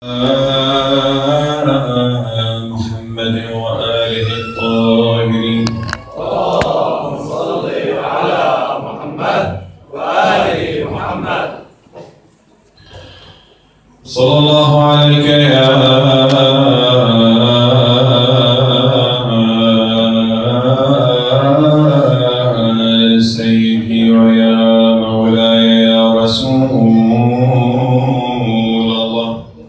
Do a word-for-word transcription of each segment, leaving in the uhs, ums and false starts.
محمد وآله الطاهرين. اللهم صل على محمد وآل محمد. صلى الله عليك يا سيدي ويا مولاي يا رسول الله.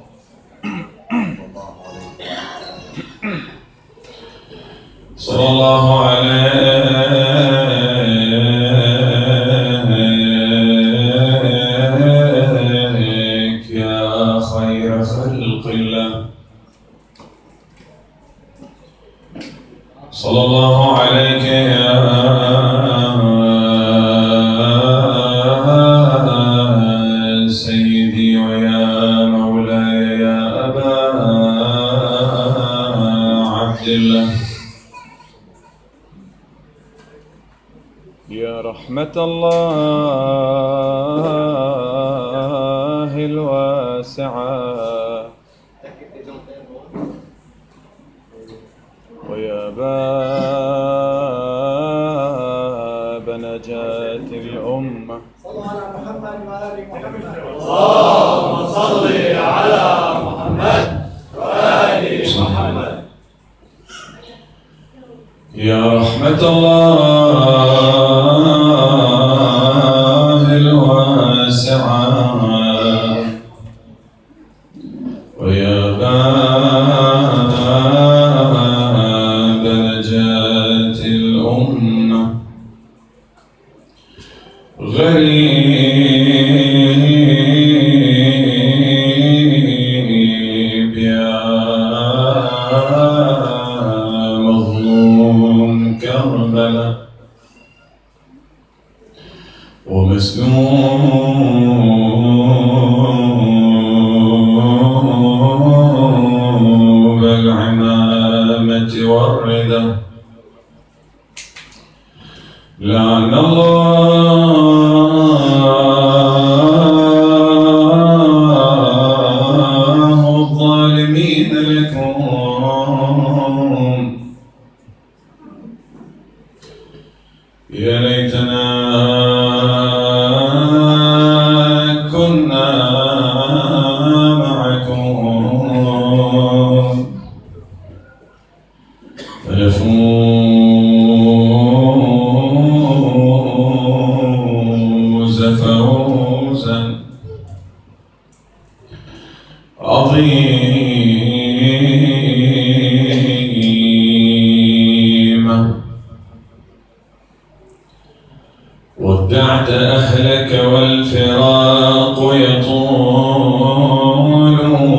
صلى الله عليك يا خير خلق الله. صلى الله عليك يا سيدي ويا مولاي يا أبا عبد الله. يا رحمة الله الواسعة ويا باب نجاة الأمة. اللهم صل على محمد وآل محمد. يا رحمة الله الواسعة ويا باب نجاة الأمة. غريب يا مظلوم كربلاء ومسلوب العمامة والردى. لعن الله الظالمين لكم. يا ليتنا كنا معكم فنفوز فوزا عظيما. ودعت أهلك والفراق يطول.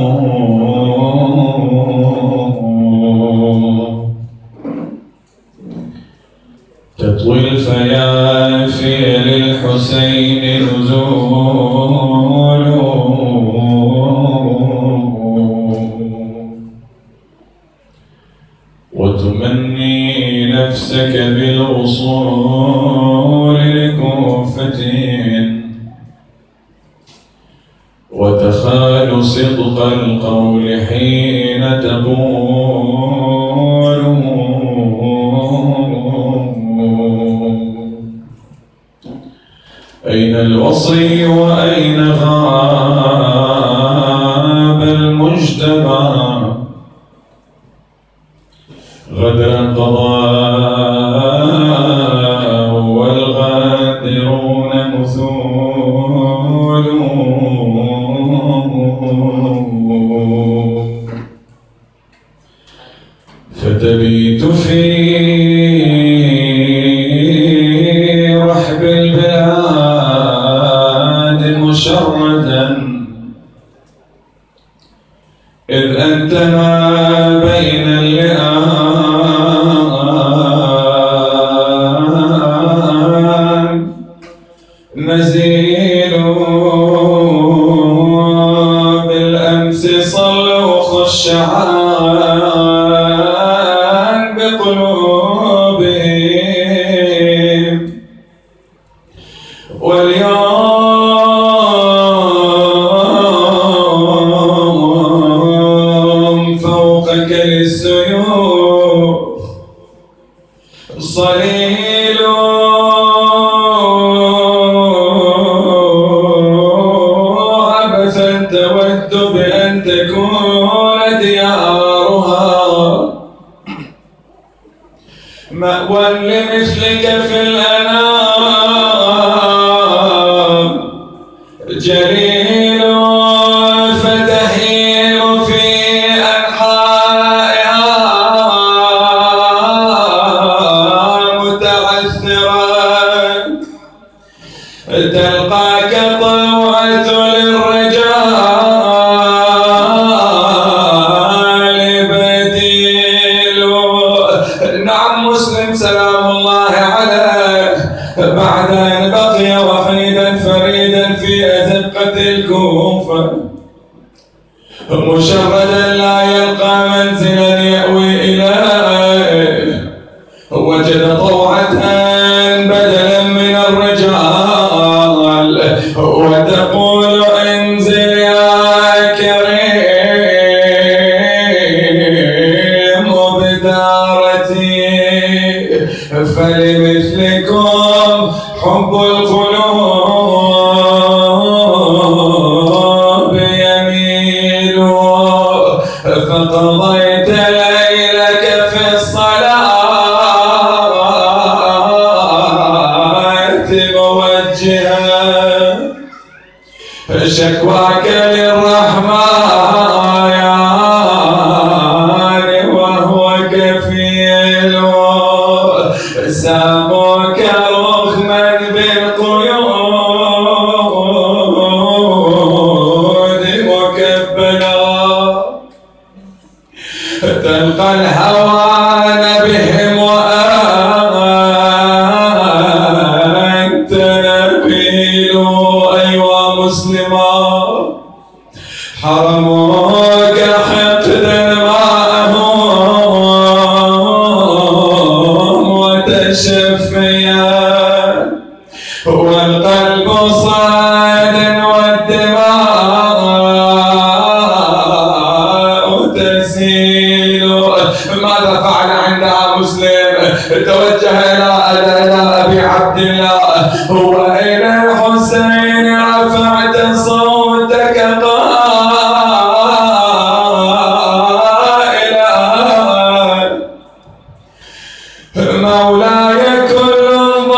تطوي الفيافي للحسين نزول. وتمني نفسك بالوصول لكوفة وتخال صدق القول حين تقول. أين الوصي وأين غاب المجتبى؟ غدر القضاء والغادرون مثول. فتبيت في رحب البلاد مشردا إذ أنت ما بين اللئام نزيل. بالأمس صلوا خشعان بقلوبهم واليوم تود بأن تكون ديارها مأوى لمثلك في الأنام جليل فتهيم في أنحائها متعثرا تلقاك طلعة للرجال بديل. نعم مسلم سلام الله عليه بعد أن بقي وحيدا فريدا في أزقة الكوفة مشردا لا يلقى منزلا يأوي إليه وجد طوعة بدلا من الرجال وتقول انزل يا كريم بدارتي فلمثلكم حب القلوب يميل فقضيت ليلك في الصلاة موجها شكواك للرحمن وهو كفيل ساموك رغما بالقيود مكبلا تلقى الهوان بهم وأنت نبيل. أيها مسلما حرموك حقدا معهم وتشفيا والقلب صادا والدماء تسيل. ماذا فعل عندها مسلم؟ توجه إلى إلى أبي عبد الله وإلى الحسين رفعت صوتك قائلا مولاي كل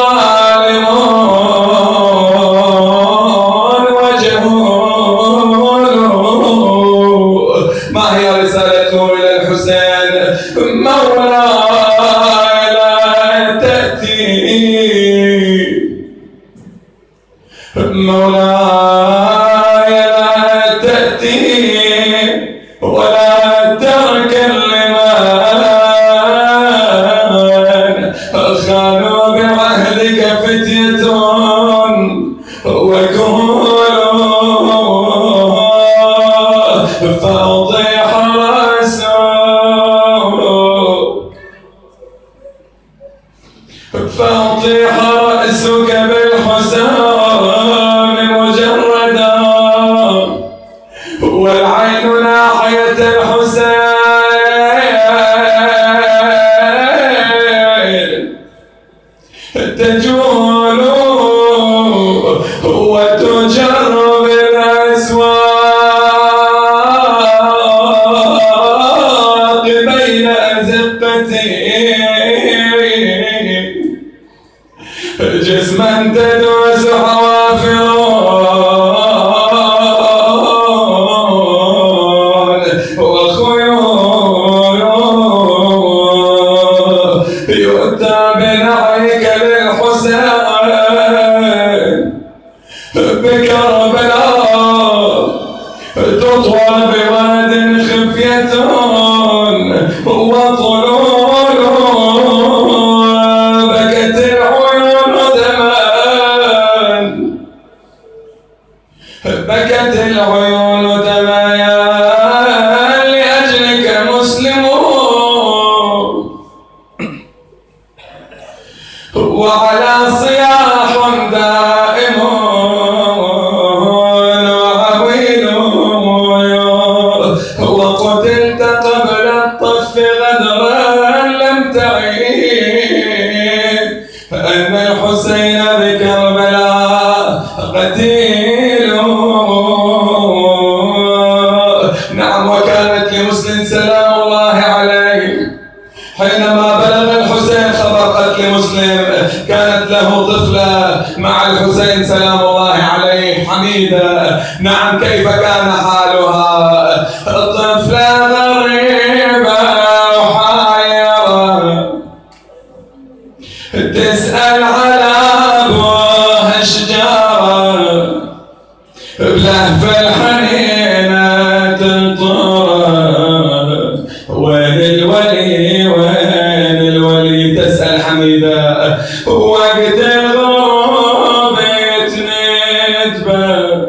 ظالمون وجهول. ما هي رسالته إلى الحسين؟ مولاي لا تأتي مولاي لا تأتي ولا تركن لمن خانوا بعهدك فتية وكهول فأضيح رأسك فأطيح رأسك بالحسام مجردا والعين ناحية الحسين تجول وتجر بالأسواق بين أزقتين جسما تدوس حوافرون وخيول يؤتى بنعيك للحسين بكربلاء تطوى بواد خفية وطلول بكت العيون دما بكت العيون دما لأجلك مسلمون وعلى صياح دائم وعويل وقتلت قبل الطف غدرا لم تعيد أن الحسين بكربلاء قتيل نعم، وكانت لمسلم سلام الله عليه حينما بلغ الحسين خبر قتل مسلم كانت له طفلة مع الحسين سلام الله عليه حميدة. نعم، كيف كان حالها؟ طفلة غريبة وحايرة تسأل على أبوها شجارة بلهفة الحنينة تنطر وين الولي وين الولي تسأل حميدة وقت الغروب يتندبر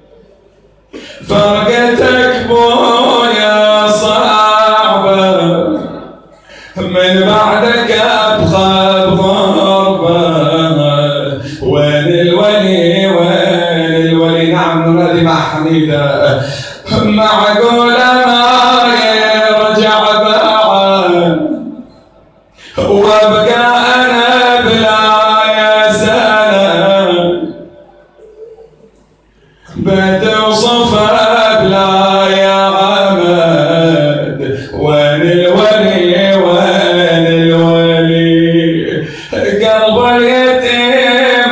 فرقتك بويا صعبة من بعدك أبقى بغربة وين الولي وين الولي. نعم، ننادي مع حميدة معقولة ما يرجع بعد وابقى أنا بلا يا سنة بتوصفها بلا يا عمد وين الولي وين الولي. قلب اليتيم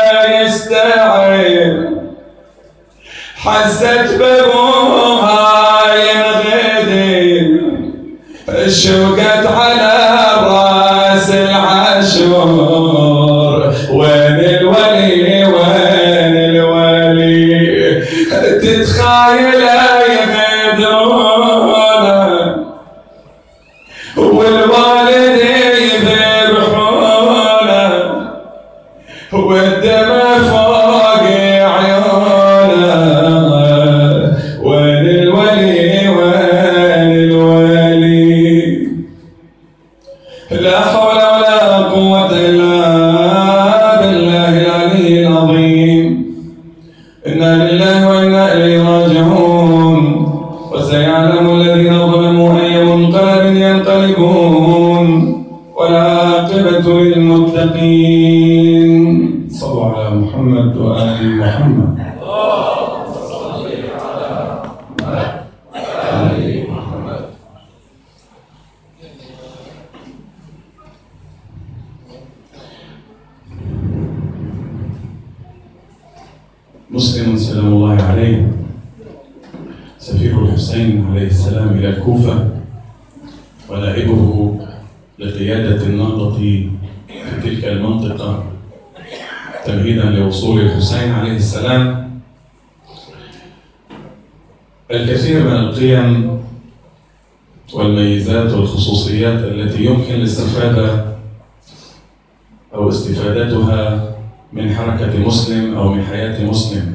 يستعين حست بابوها ينغدي شوقت على راس العاشور وين الولي وين الولي. تتخايل يغدرونه والوالد يذبحونه والدم فوق عيونه وين الولي وين الولي. لا حول ولا قوة إلا بالله العلي العظيم. إنا لله وإنا إليه راجعون. وسيعلم الذين ظلموا أي منقلب ينقلبون والعاقبة للمتقين. صلوا على محمد وآل محمد. اللهم صل على محمد وآل محمد. مسلم سلام الله عليه سفير الحسين عليه السلام إلى الكوفة ونائبه لقيادة النهضة في تلك المنطقة تمهيدا لوصول الحسين عليه السلام. الكثير من القيم والميزات والخصوصيات التي يمكن الاستفادة أو استفادتها من حركة مسلم أو من حياة مسلم.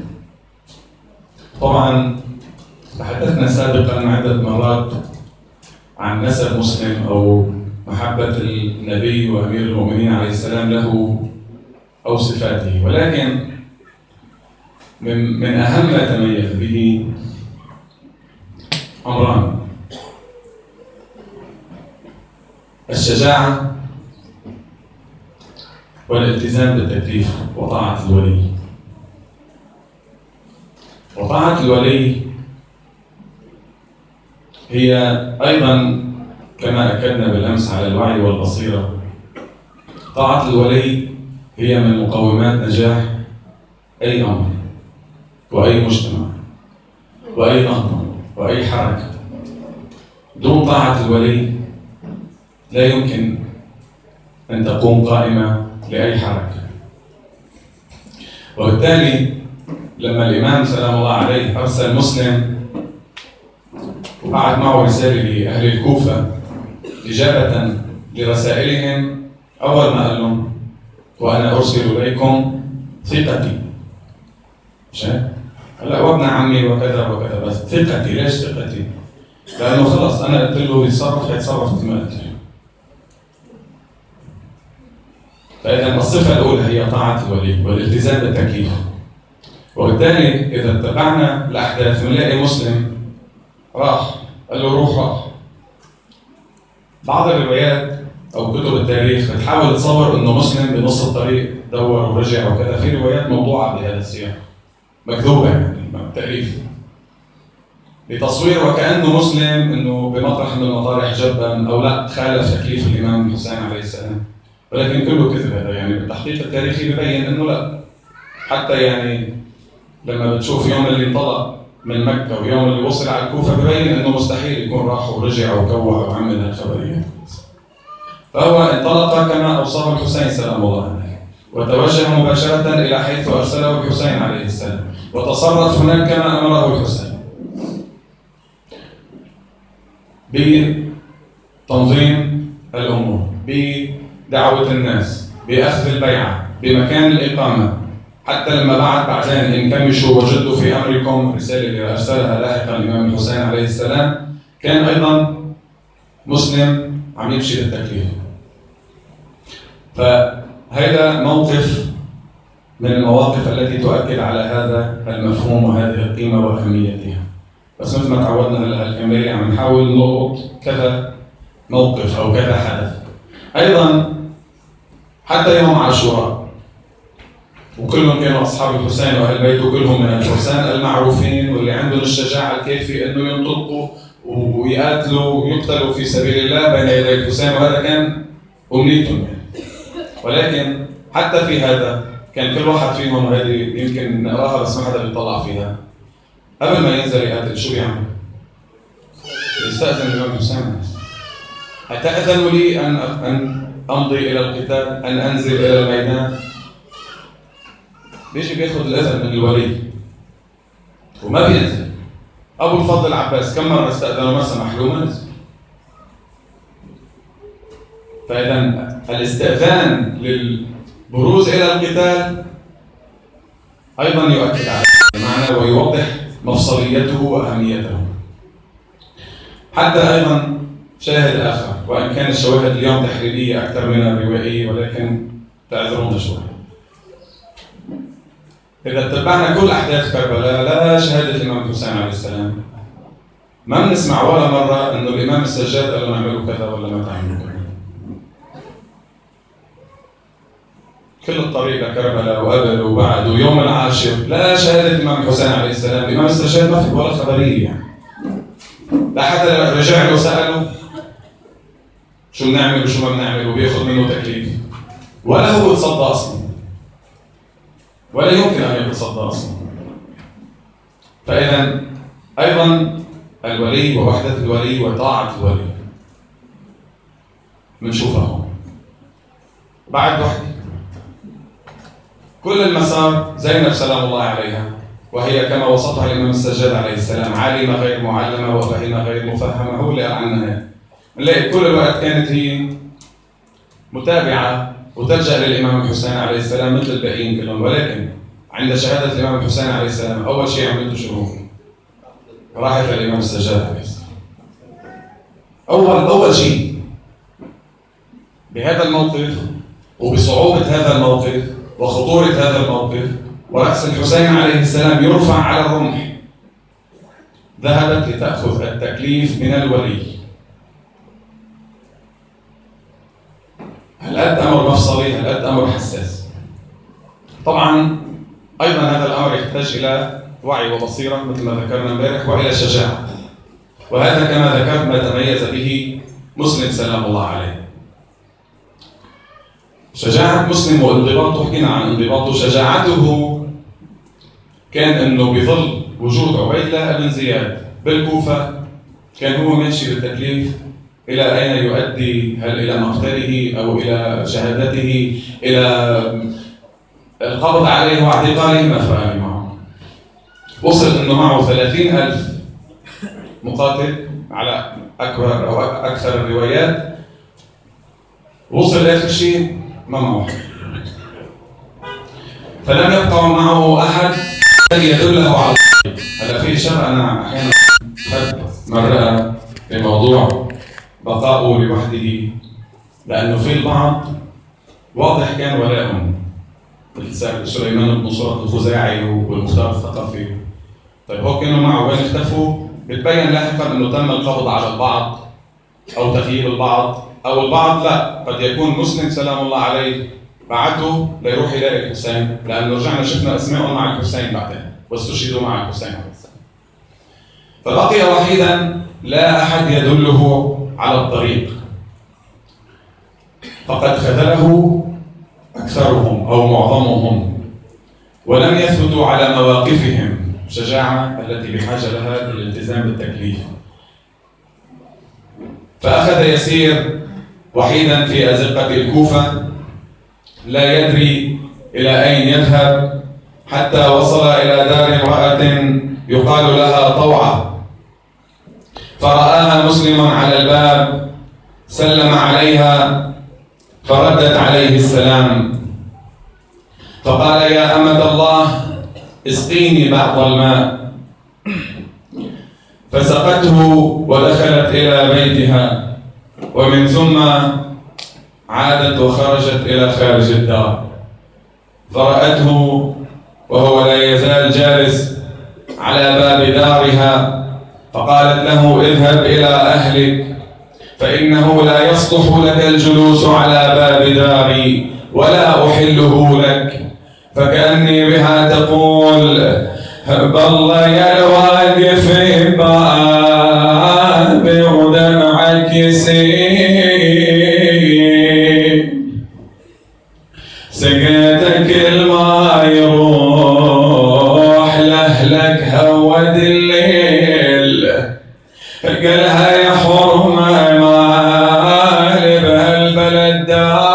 طبعا تحدثنا سابقا عدة مرات عن نسب مسلم أو محبة النبي وأمير المؤمنين عليه السلام له أو صفاته، ولكن من, من أهم ما تميز به أمران: الشجاعة والالتزام بالتكليف وطاعة الولي. وطاعة الولي هي أيضا كما أكدنا بالأمس على الوعي والبصيرة، طاعة الولي هي من مقومات نجاح أي أمر وأي مجتمع وأي نهضة وأي حركة. دون طاعة الولي لا يمكن أن تقوم قائمة لأي حركة. وبالتالي لما الإمام سلام الله عليه أرسل مسلم وبعث معه رسالة لأهل الكوفة إجابة لرسائلهم، أول ما قال لهم: وأنا أرسل إليكم ثقتي. شايف؟ هلا وابن عمي وكذا وكذا، بس ثقتي. ليش ثقتي؟ لأنه خلص أنا قلت له يتصرف هيتصرف مثل ما قلت له. فإذا الصفة الأولى هي طاعة الولي والالتزام بالتكليف. وبالتالي إذا اتبعنا الأحداث بنلاقي مسلم راح، قال له روح، راح. بعض الروايات أو كتب التاريخ بتحاول تصور إنه مسلم بنص الطريق دور ورجع وكذا. في روايات موضوعة بهذا السياق، مكذوبة يعني، تأليف. بتصوير وكأنه مسلم أنه بمطرح من المطارح جبا أو لا خالف تكليف الإمام الحسين عليه السلام، ولكن كله كذب هذا. يعني بالتحقيق التاريخي ببين أنه لا. حتى يعني لما بتشوف يوم اللي انطلق من مكة ويوم اللي وصل على الكوفة ببين أنه مستحيل يكون راح ورجع وكوع وعمل هالخبريات. فهو انطلق كما أوصاه الحسين سلام الله عليه، وتوجه مباشرة إلى حيث أرسله الحسين عليه السلام، وتصرف هناك كما أمره الحسين بتنظيم الأمور، بدعوة الناس، بأخذ البيعة، بمكان الإقامة. حتى لما بعد بعدين إن كمشوا وجدوا في أمركم رسالة اللي أرسلها لاحقا الإمام الحسين عليه السلام، كان أيضا مسلم عم يمشي بالتكليف. فهذا موقف من المواقف التي تؤكد على هذا المفهوم وهذه القيمة وأهميتها. بس مثل ما تعودنا هلا هالكم ليلة عم نحاول نلقط كذا موقف أو كذا حدث. أيضا حتى يوم عاشوراء، وكلهم كانوا أصحاب الحسين وأهل بيته، كلهم من الفرسان المعروفين واللي عندهم الشجاعة الكافية إنه ينطلقوا ويقاتلوا ويقتلوا في سبيل الله بين يدي الحسين، وهذا كان أمنيتهم يعني. ولكن حتى في هذا كان كل واحد فيهم، وهذه يمكن نقراها بس ما حدا بيطلع فيها، قبل ما ينزل يقاتل شو بيعمل؟ يستأذن الإمام الحسين: أتأذن لي أن أن أمضي إلى القتال، أن أنزل إلى الميدان؟ بيجي بياخذ الإذن من الولي وما بينزل. أبو الفضل العباس كم مرة استأذن وما سمح له ما نزل. فإذا الاستئذان للبروز إلى القتال أيضا يؤكد على المعنى ويوضح مفصليته وأهميته. حتى أيضا شاهد آخر، وإن كان الشواهد اليوم تحليلية أكثر منها روائية، ولكن تعذرونا شوي. إذا اتبعنا كل أحداث كربلاء لا شهادة الإمام الحسين عليه السلام، ما بنسمع ولا مرة إنه الإمام السجاد قال له نعملوا كذا ولا ما تعملوا كذا. كل الطريق لكربلاء وقبل وبعد ويوم العاشر لا شهادة الإمام الحسين عليه السلام. الإمام السجاد ما في ولا خبرية يعني. لا حدا رجع له سأله شو بنعمل وشو ما بنعمل وبياخذ منه تكليف، ولا هو تصدى أصلا، ولا يمكن أن يتصدى أصلا. فإذا أيضا الولي ووحدة الولي وطاعة الولي بنشوفها هون. بعد وحدة كل المسار زينب سلام الله عليها، وهي كما وصفها الإمام السجاد عليه السلام: عالمة غير معلمة وفهمة غير مفهمة. هو اللي قال عنها هيك. نلاقي كل الوقت كانت هي متابعة وتلجأ للإمام الحسين عليه السلام مثل الباقيين كلهم. ولكن عند شهادة الإمام الحسين عليه السلام أول شيء عملته شو هو؟ راحت للإمام السجاد عليه السلام. أول أول شيء بهذا الموقف وبصعوبة هذا الموقف وخطورة هذا الموقف ورأس الحسين عليه السلام يرفع على الرمح، ذهبت لتأخذ التكليف من الولي. هالقد أمر مفصلي، هالقد أمر حساس. طبعا أيضا هذا الأمر يحتاج إلى وعي وبصيرة مثل ما ذكرنا امبارح، وإلى شجاعة، وهذا كما ذكرت ما تميز به مسلم سلام الله عليه. شجاعة مسلم وانضباطه، حكينا عن انضباطه. شجاعته كان انه بظل وجود عبيد الله بن زياد بالكوفة كان هو ماشي بالتكليف إلى أين يؤدي؟ هل إلى مقتله أو إلى شهادته إلى القبض عليه واعتقاله؟ ما فرق معه. وصل انه معه ثلاثين ألف مقاتل على أكبر أو أكثر الروايات. وصل آخر شيء ما معه، فلم يبقى معه أحد يدله على الطريق. هلا في شر أنا أحيانا أحب مرة بموضوع بقاؤه لوحده، لأنه في البعض واضح كان ولاءهم مثل سليمان بن صورة الخزاعي والمختار الثقفي. طيب هو كانوا معه وين اختفوا؟ بتبين لاحقا انه تم القبض على البعض او تغييب البعض، او البعض لا قد يكون مسلم سلام الله عليه بعته ليروح يلاقي الحسين، لانه رجعنا شفنا اسمائهم مع الحسين بعدين واستشهدوا مع الحسين عليه السلام. فبقي وحيدا لا أحد يدله على الطريق، فقد خذله أكثرهم أو معظمهم ولم يثبتوا على مواقفهم شجاعة التي بحاجة لها للالتزام بالتكليف. فأخذ يسير وحيدا في أزقة الكوفة لا يدري إلى أين يذهب، حتى وصل إلى دار امرأة يقال لها طوعة، فرآها مسلم على الباب، سلم عليها فردت عليه السلام، فقال: يا أمة الله اسقيني بعض الماء، فسقته ودخلت إلى بيتها، ومن ثم عادت وخرجت إلى خارج الدار، فرأته وهو لا يزال جالس على باب دارها، فقالت له: اذهب إلى أهلك، فإنه لا يصلح لك الجلوس على باب داري ولا أحله لك. فكأني بها تقول: بالله يا الواقف في بابي ودمعك يسيل، سقيتك الماء يروح لأهلك هود الليل، قالها يا حرمة مالي بهالبلد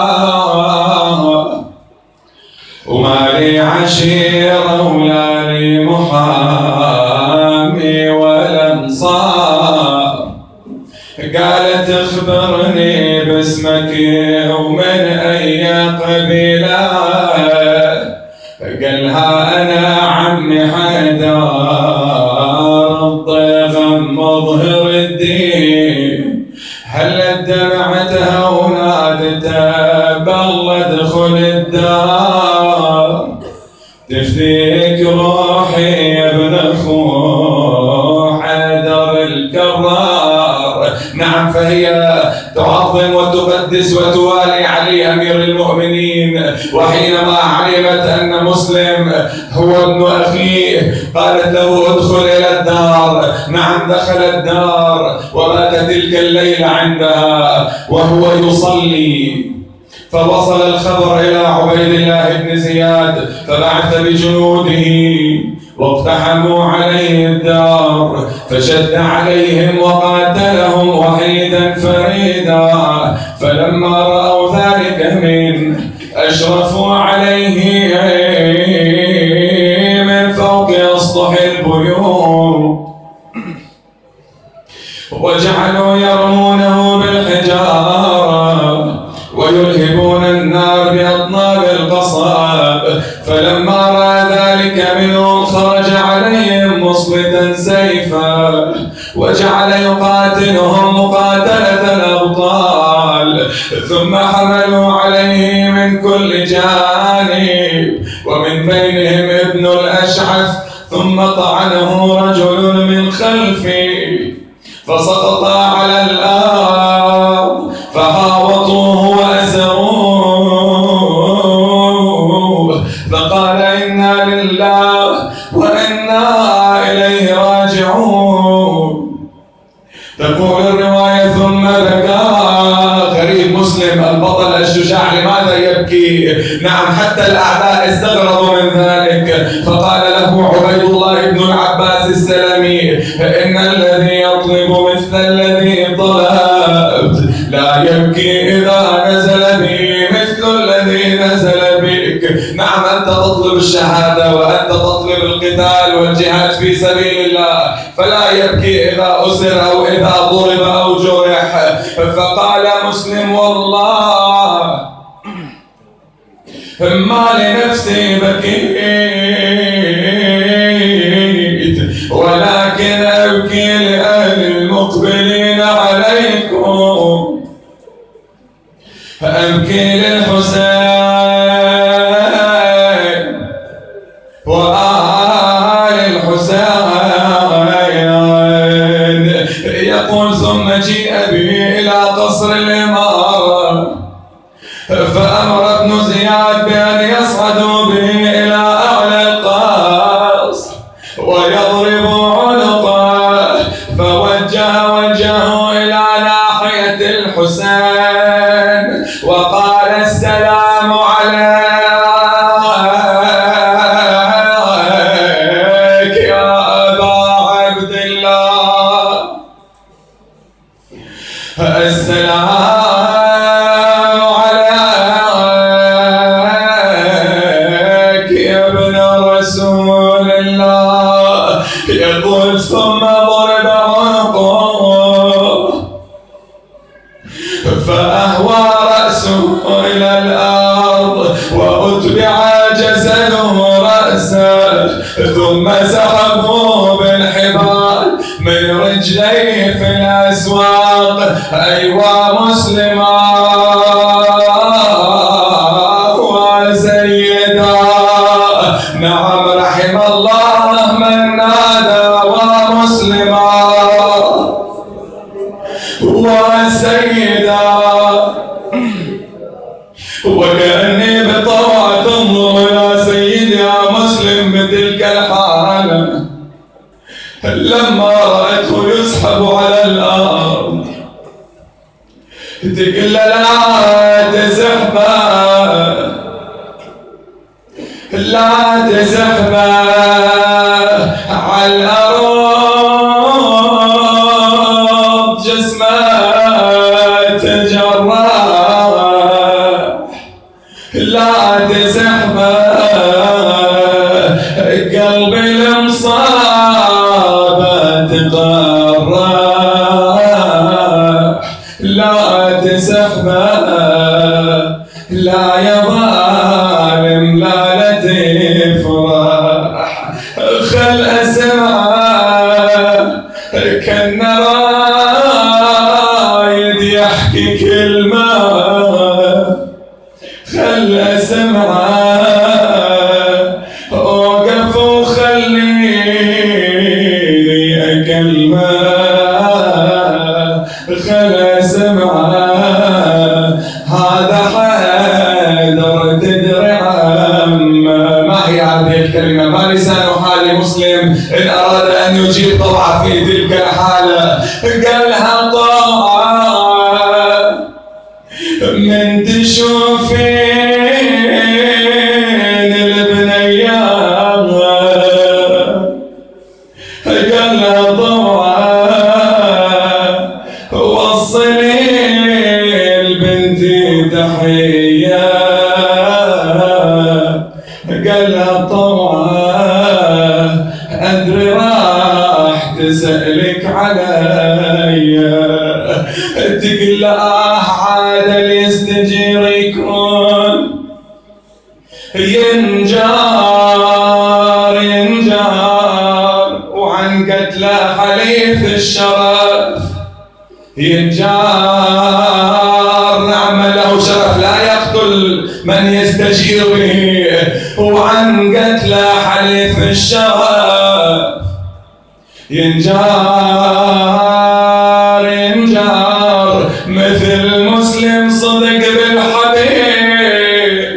دار، ومالي عشيرة ولا لي محامي ولا انصار. قالت: اخبرني باسمك ومن اي قبيلة. قالها: انا عمي حيدر الضيغم مظهر الدين. هل دمعتها ونادتها: بالله ادخل الدار، تفديك روحي يا ابن اخو حيدر الكرار. نعم، فهي تعظم وتقدس وتوالي علي امير المؤمنين، وحينما علمت ان مسلم هو ابن اخيه قالت له: ادخل الى الدار. نعم، دخل الدار وبات تلك الليله عندها وهو يصلي، فوصل الخبر إلى عبيد الله بن زياد، فبعث بجنوده واقتحموا عليه الدار، فشد عليهم وقاتلهم وحيدا فريدا. فلما رأوا ذلك منه أشرفوا عليه من فوق أسطح البيوت، وجعلوا يرمونه بالحجارة ويلهبون النار بأطناب القصب. فلما رأى ذلك منهم خرج عليهم مصلتا سيفا، وجعل يقاتلهم مقاتلة الأبطال، ثم حملوا عليه من كل جانب، ومن بينهم ابن الأشعث، ثم طعنه رجل من خلفه فسقط على الأرض، فحاوطوه وأسروه، فقال: إنا لله وإنا إليه راجعون. تقول الرواية: ثم بكى. غريب مسلم البطل الشجاع لماذا يبكي؟ نعم، حتى الأعداء استغربوا من ذلك، فقال له عبيد الله بن العباس السلمي: إن الذي يطلب مثل الذي طلبت لا يبكي إذا نزل به مثل الذي نزل بك. نعم، أنت تطلب الشهادة وأنت تطلب القتال والجهاد في سبيل الله، فلا يبكي إذا أسر أو إذا ضرب أو جرح. فقال مسلم: والله ما لنفسي بكيت، ولكن أبكي لأهل المقبلين عليكم، أبكي للحسين وآل الحسين. يقول: ثم جيء به إلى قصر الإمارة، فأمر ابن زياد بأن يصعدوا به إلى أعلى القصر ويضربوا عنقه وجه وجهه إلى ناحية الحسين وقال السلام عليك يا أبا عبد الله، السلام عليك يا ابن رسول الله. يقول ثم ضرب عنقه فأهوى رأسه إلى الأرض وأتبع جسده رأسه، ثم سحبوا بالحبال من رجليه في الأسواق. أيوا مسلما وسيدا، نعم رحم الله من نادى ومسلما وسيدا. وكأني بطوع تنظر إلى سيدي يا مسلم بتلك الحالة لما رأته يسحب على الأرض تقول لا تسحبه لا تسحبه على الأرض، جسمه تجرح لا تسحبه، قلبي المصابة تقرح لا تسحبه، لا يا ظالم لا لا تفرح، خل اسمعه كان رايد يحكي كلمة، خل اسمعه اوقف وخليني اكلمه، خل اسمعه هذا حيدر تدري عمه. ما هي هذه الكلمة؟ ما لسان حال مسلم إن أراد أن يجيب طوعا في تلك الحالة؟ قالها طوعا من تشوفين البنية، قالها طوعا وصلي البنت تحية، قالها طوعا أدري راح تسألك عليا، تقول له عاد يستجير يكون ينجار ينجار، وعن قتله حليف الشرف ينجار، نعم له شرف لا يقتل من يستجير به، وعن قتله حليف الشرف ينجار ينجار، مثل مسلم صدق بالحبيب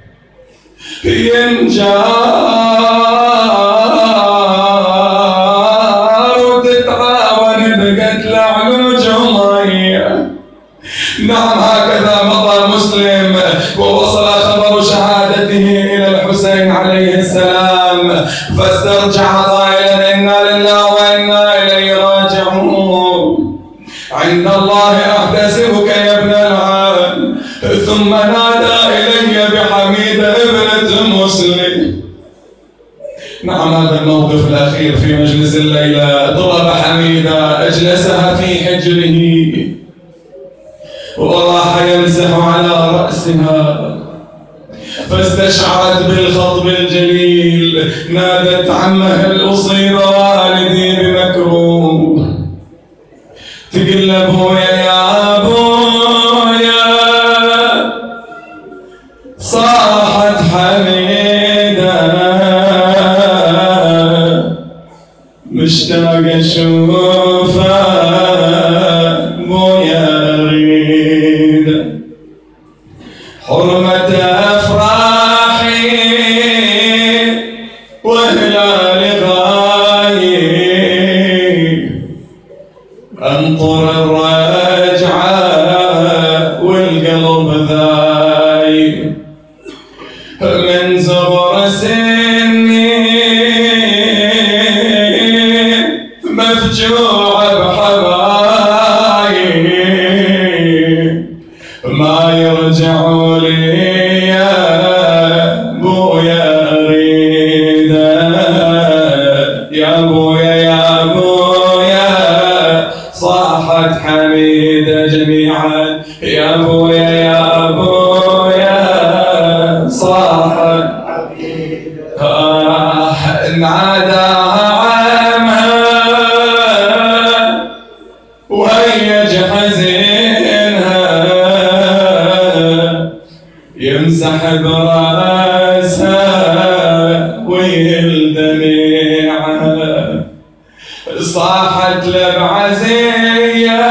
ينجار، وتتعاون بقتل علوج ومية. نعم هكذا مضى مسلم ووصل خبر شهادته إلى الحسين عليه السلام، فاسترجع قائلا إنا لله وإنا إليه راجعون، عند الله أحتسبك يا ابن العم. ثم نادى إلي بحميدة ابنة مسلم. نعم هذا الموقف الأخير في مجلس الليلة، طلب حميدة أجلسها في حجره وراح يمسح على رأسها، فاستشعرت بالخطب الجليل، نادت عمه هل أصيب والدي بمكروه، تقول ابويا يا ابويا، صاحت حميدة مشتاق اشوفه بويا اريد، حرمة افراحي وهلال غايب، انطر الرجعة والقلب ذايب من زغر سني مفجوع بحبايب ما يرجعوا لي يا بويا اريده يا بويا يا بويا صاحت حميده جميعا يا بويا يا بويا صاحت حميده آه ناداها عمها وهيج حزينها يمسح براسها ويلدمعها صاحت له بعزيه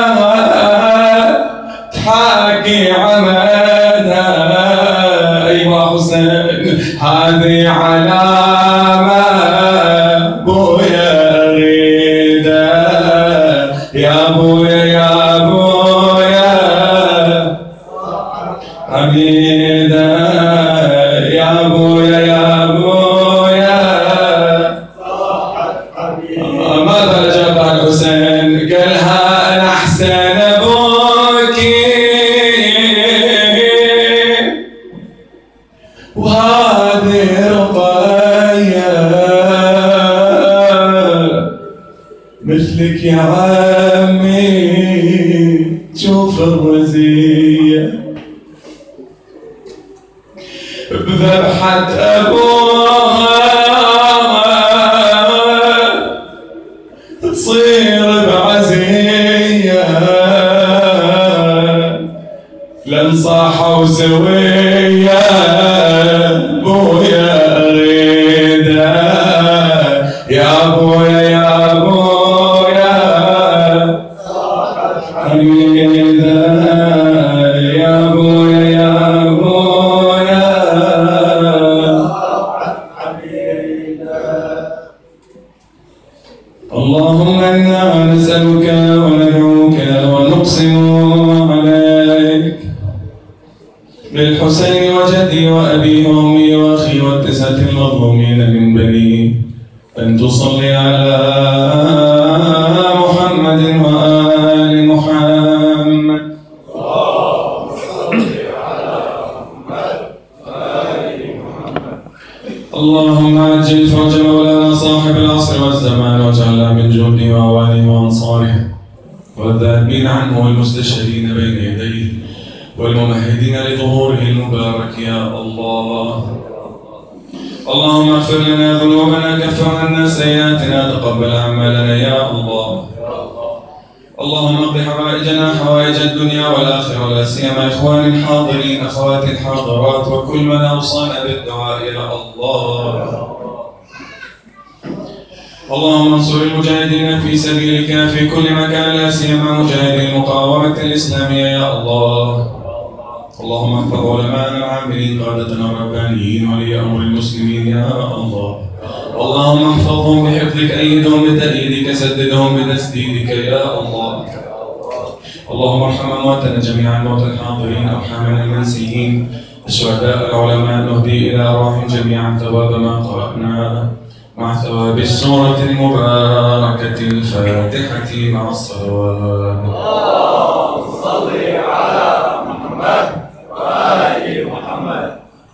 تحاكي عمدها ايوه حسين هذه علامه بويا اريده يا بويا يا بويا حميده يا بويا يا بويا ماذا اجابها الحسين؟ قالها انا احسن ابوكي وهذه رقيه مثلك يا عمي تشوف الرزيه بذبحة أبوها تصير بعزية لن صاحوا سوية بويا أريده يا بويا يا بويا حميده يا بويا يا بويا اللهم إنا نسألك وندعوك ونقسم عليك بالحسين وجدي وأبي وأمي وأخي والتسعة المظلومين من بني أن تصلي على محمد وآل محمد. اللهم عجل فرج مولانا صاحب العصر والزمان واجعلنا من جنده وأوانه وأنصاره والذاهبين عنه والمستشهدين بين يديه والممهدين لظهوره المبارك يا الله. اللهم اغفر لنا ذنوبنا كفر عنا سيئاتنا تقبل أعمالنا يا الله. اللهم اقض حوائجنا حوائج الدنيا والآخرة ولا سيما إخواني الحاضرين أخواتي الحاضرات وكل من أوصانا بالدعاء يا الله. اللهم انصر المجاهدين في سبيلك في كل مكان لا سيما مجاهدي المقاومة الإسلامية يا الله. اللهم احفظ علماءنا العاملين قادتنا الربانيين ولي أمر المسلمين يا الله. اللهم احفظهم بحفظك أيدهم بتأييدك سددهم بتسديدك يا الله. اللهم ارحم أمواتنا جميعا موتى الحاضرين أرحامنا المنسيين الشهداء العلماء نهدي إلى أرواحهم جميعا ثواب ما قرأناه مع ثواب السورة المباركة الفاتحة مع الصلوات.